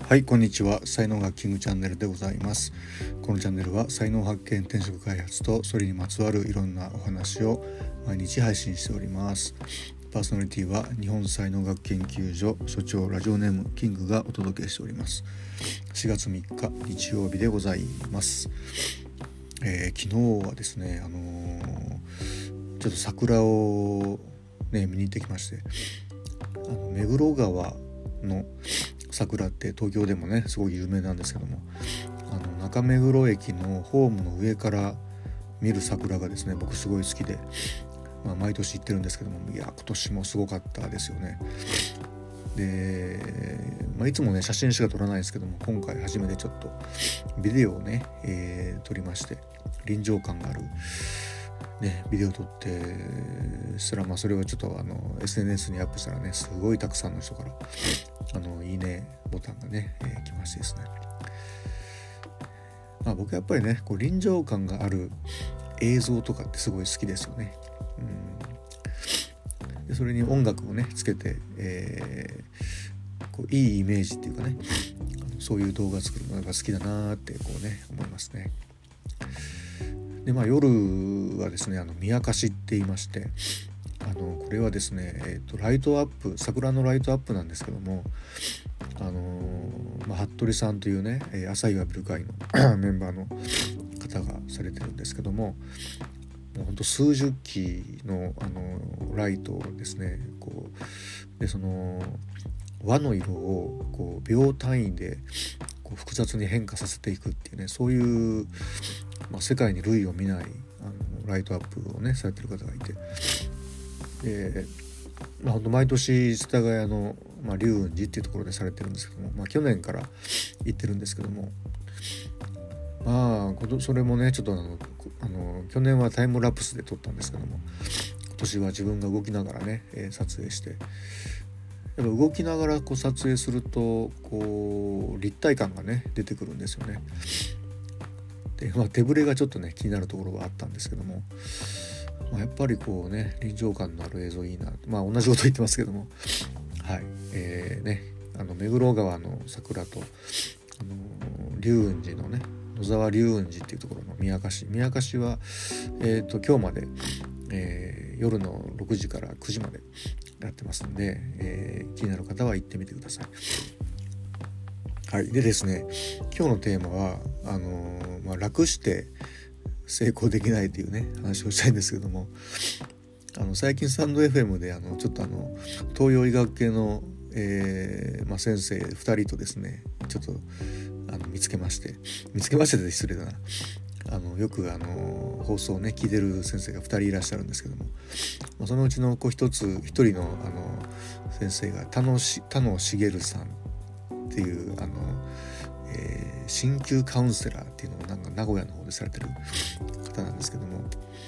はい、こんにちは。才能ハッキングチャンネルでございます。このチャンネルは才能発見、転職開発とそれにまつわるいろんなお話を毎日配信しております。パーソナリティは日本才能学研究所所長ラジオネームキングがお届けしております。4月3日日曜日でございます。昨日はですね、ちょっと桜をね見に行ってきまして、目黒川の桜って東京でもねすごい有名なんですけども、中目黒駅のホームの上から見る桜がですね僕すごい好きで、毎年行ってるんですけども、いや今年もすごかったですよね。で、いつもね写真しか撮らないですけども、今回初めてちょっとビデオをね、撮りまして、臨場感があるね、ビデオ撮ってそれをちょっとSNS にアップしたらね、すごいたくさんの人からいいねボタンがね、来ましてですね、僕やっぱりねこう臨場感がある映像とかってすごい好きですよね。でそれに音楽をねつけて、こういいイメージっていうかね、そういう動画作るのが好きだなってこうね思いますね。で夜はですね宮かしって言いまして、これはですね、ライトアップ、桜のライトアップなんですけども、服部さんというね朝岩ビル会のメンバーの方がされてるんですけども、もうほんと数十機のライトをですねこうでその輪の色をこう秒単位でこう複雑に変化させていくっていうね、そういう、世界に類を見ないライトアップをねされてる方がいて、本当毎年世田谷の、龍雲寺っていうところでされてるんですけども、去年から行ってるんですけども、それもねちょっと去年はタイムラプスで撮ったんですけども、今年は自分が動きながらね、撮影して、やっぱ動きながらこう撮影するとこう立体感がね出てくるんですよね。で、手ぶれがちょっとね気になるところはあったんですけども、やっぱりこうね臨場感のある映像いいな、同じこと言ってますけども、はい、目黒川の桜と龍雲寺のね野沢龍雲寺っていうところの宮かしは、今日まで、夜の6時から9時までやってますんで、気になる方は行ってみてください。はい、でですね、今日のテーマは楽して成功できないというね話をしたいんですけども、最近スタンド FM でちょっと東洋医学系の、先生2人とですねちょっと見つけましてで失礼だな、よく放送をね聞いてる先生が2人いらっしゃるんですけども、そのうちの一人の先生が田野茂さんっていう鍼灸カウンセラーっていうのをなんか名古屋の方でされてる方なんですけども、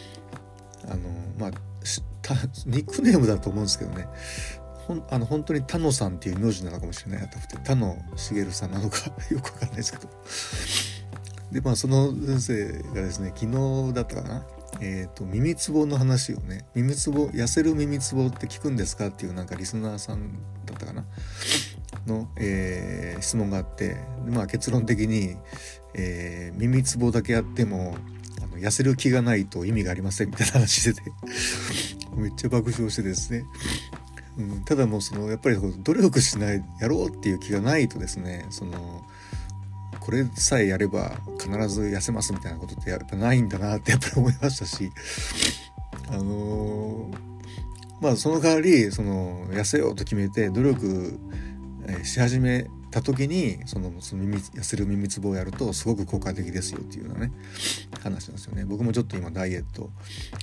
ニックネームだと思うんですけどね、本当に田野さんっていう名字なのかもしれないなと思って、田野茂さんなのかよくわかんないですけど、でその先生がですね、昨日だったかな、耳つぼの話をね、痩せる耳つぼって聞くんですかっていうなんかリスナーさんだったかなの、質問があって、で結論的に、耳つぼだけやっても痩せる気がないと意味がありませんみたいな話しててめっちゃ爆笑してですね、ただもうやっぱり努力しない、やろうっていう気がないとですね、これさえやれば必ず痩せますみたいなことってやっぱないんだなってやっぱり思いましたし、その代わり痩せようと決めて努力し始めた時に痩せる耳つぼをやるとすごく効果的ですよっていうようなね話なんですよね。僕もちょっと今ダイエット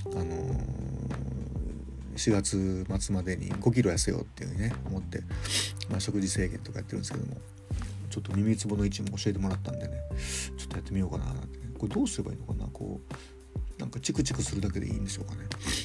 4月末までに5キロ痩せようっていうね思って、食事制限とかやってるんですけども、ちょっと耳つぼの位置も教えてもらったんでね、ちょっとやってみようかなって、これどうすればいいのかな、こうなんかチクチクするだけでいいんでしょうかね。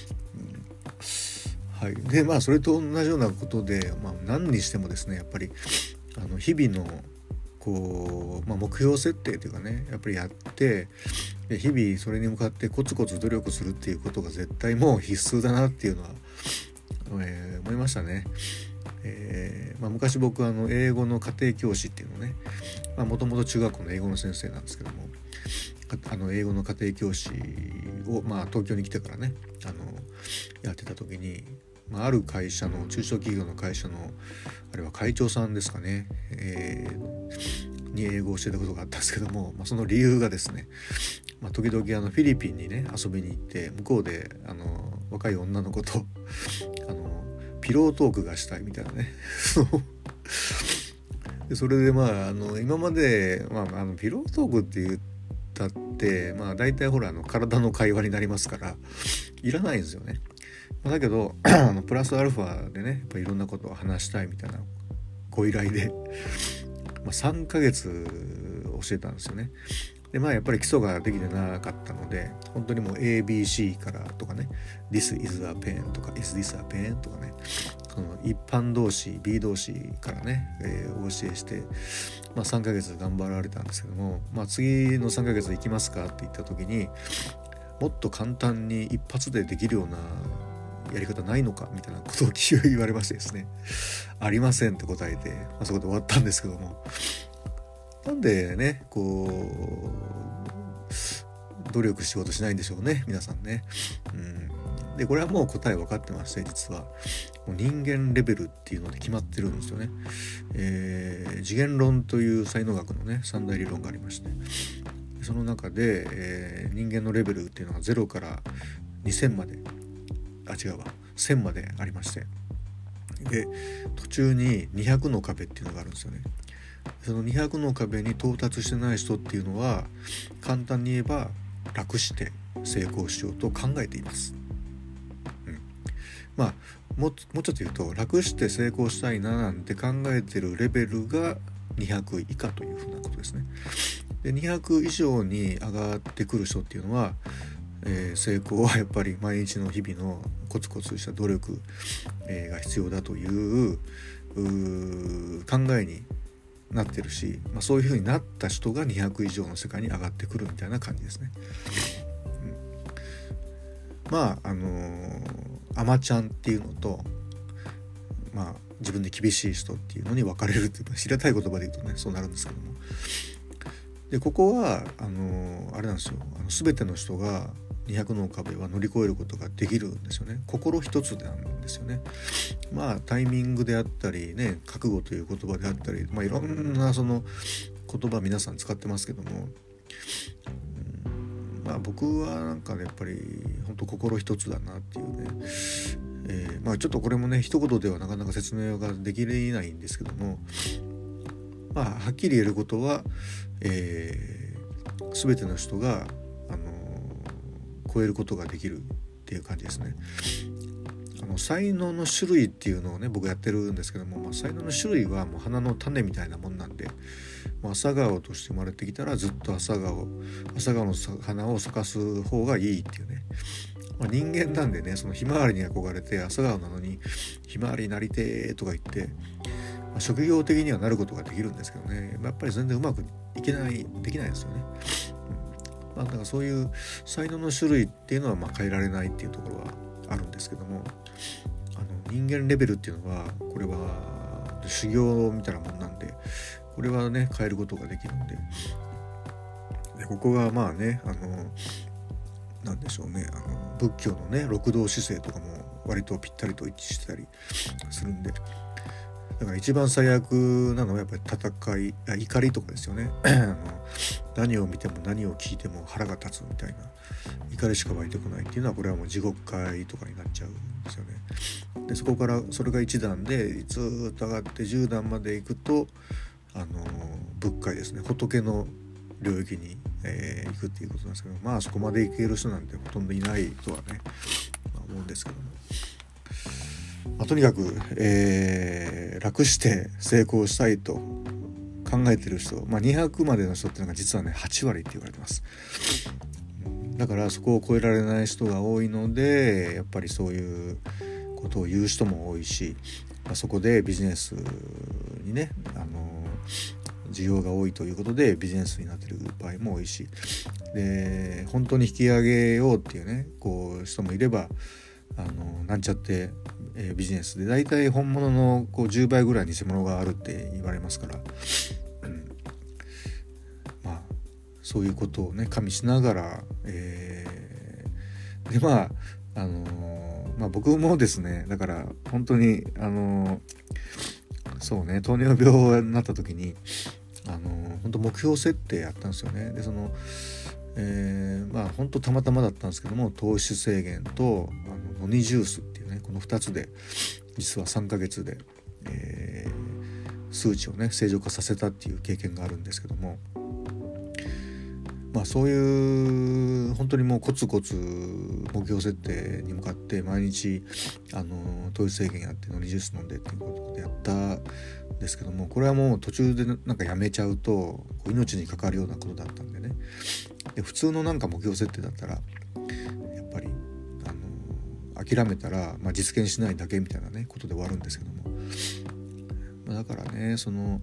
はい、でそれと同じようなことで、何にしてもですねやっぱり日々のこう、目標設定というかね、やっぱりやって日々それに向かってコツコツ努力するっていうことが絶対もう必須だなっていうのは、思いましたね。 昔僕英語の家庭教師っていうのをね、もともと中学校の英語の先生なんですけども、英語の家庭教師を、東京に来てからねやってた時に、ある会社の中小企業の会社のあれは会長さんですかね、に英語を教えたことがあったんですけども、その理由がですね、時々フィリピンにね遊びに行って向こうで若い女の子とピロートークがしたいみたいなねでそれで今まで、ピロートークって言ったって大体ほら体の会話になりますからいらないんですよね。だけどプラスアルファでねやっぱいろんなことを話したいみたいなご依頼で、3ヶ月教えたんですよね。でやっぱり基礎ができてなかったので本当にもう ABC からとかね This is a pen とか Is this a pen とかね、その一般動詞 B 動詞からね、お教えして、3ヶ月頑張られたんですけども、次の3ヶ月行きますかって言った時にもっと簡単に一発でできるようなやり方ないのかみたいなことを言われましてですね、ありませんって答えて、そこで終わったんですけども、なんでね努力しようとしないんでしょうね皆さんね。でこれはもう答え分かってまして、実はもう人間レベルっていうので決まってるんですよね。次元論という才能学のね三大理論がありまして、その中で、人間のレベルっていうのが0から2000まで1000までありまして、で途中に200の壁っていうのがあるんですよね。その200の壁に到達してない人っていうのは簡単に言えば楽して成功しようと考えています。もうちょっと言うと楽して成功したいななんて考えてるレベルが200以下というふうなことですね。で200以上に上がってくる人っていうのは、成功はやっぱり毎日の日々のコツコツした努力、が必要だという考えになってるし、そういう風になった人が200以上の世界に上がってくるみたいな感じですね。アマちゃんっていうのと自分で厳しい人っていうのに分かれるっていう知りたい言葉で言うとねそうなるんですけども、でここはあれなんですよ、全ての人が200の壁は乗り越えることができるんですよね。心一つなんですよね。タイミングであったりね、覚悟という言葉であったり、いろんなその言葉皆さん使ってますけども、僕はなんかねやっぱり本当心一つだなっていうね、ちょっとこれもね一言ではなかなか説明ができないんですけども、はっきり言えることは、全ての人が超えることができるっていう感じですね。才能の種類っていうのをね僕やってるんですけども、才能の種類はもう花の種みたいなもんなんで、朝顔として生まれてきたらずっと朝顔の花を咲かす方がいいっていうね、人間なんでね、そのひまわりに憧れて朝顔なのにひまわりになりてーとか言って、職業的にはなることができるんですけどね、やっぱり全然うまくできないんですよね。だからそういう才能の種類っていうのは変えられないっていうところはあるんですけども、人間レベルっていうのはこれは修行みたいなもんなんで、これはね変えることができるんで、ここがなんでしょうね、仏教のね六道姿勢とかも割とぴったりと一致してたりするんで、だから一番最悪なのはやっぱり怒りとかですよね何を見ても何を聞いても腹が立つみたいな怒りしか湧いてこないっていうのは、これはもう地獄界とかになっちゃうんですよね。でそこからそれが1段でずっと上がって10段まで行くと仏界ですね、仏の領域に、行くっていうことなんですけど、そこまで行ける人なんてほとんどいないとはね、思うんですけども、とにかく、楽して成功したいと考えてる人、200までの人っていうのが実はね8割って言われてます。だからそこを超えられない人が多いので、やっぱりそういうことを言う人も多いし、そこでビジネスにね需要が多いということでビジネスになっている場合も多いし、で本当に引き上げようっていうね人もいれば、 なんちゃって、ビジネスでだいたい本物のこう10倍ぐらい偽物があるって言われますから、まあそういうことをね加味しながら、で僕もですね、だから本当にそうね、糖尿病になった時に本当目標設定やったんですよね。で本当たまたまだったんですけども、糖質制限とノニジュースっていうね、この2つで実は3ヶ月で、数値をね正常化させたっていう経験があるんですけども、そういう本当にもうコツコツ目標設定に向かって毎日糖質制限やってノニジュース飲んでっていうことでやったんですけども、これはもう途中でなんかやめちゃうと命に関わるようなことだったんでね。で普通のなんか目標設定だったらやっぱり諦めたら、実現しないだけみたいなねことで終わるんですけども、だからね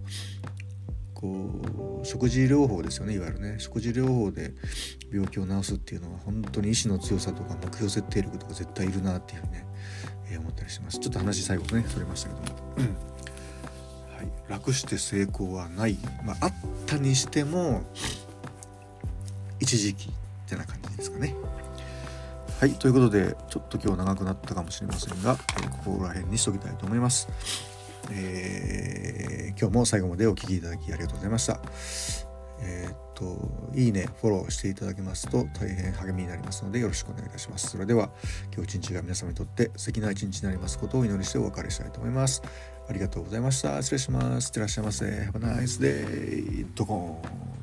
食事療法ですよね、いわゆるね食事療法で病気を治すっていうのは本当に意志の強さとか目標設定力とか絶対いるなっていうふうにね、思ったりします。ちょっと話最後ねそれましたけども、はい、楽して成功はない、あったにしても一時期ってな感じですかね。はい、ということでちょっと今日長くなったかもしれませんが、ここら辺にしときたいと思います。今日も最後までお聞きいただきありがとうございました。いいねフォローしていただけますと大変励みになりますのでよろしくお願いいたします。それでは今日一日が皆様にとって素敵な一日になりますことをお祈りしてお別れしたいと思います。ありがとうございました。失礼します。いってらっしゃいませ。Have a nice day. ドコーン。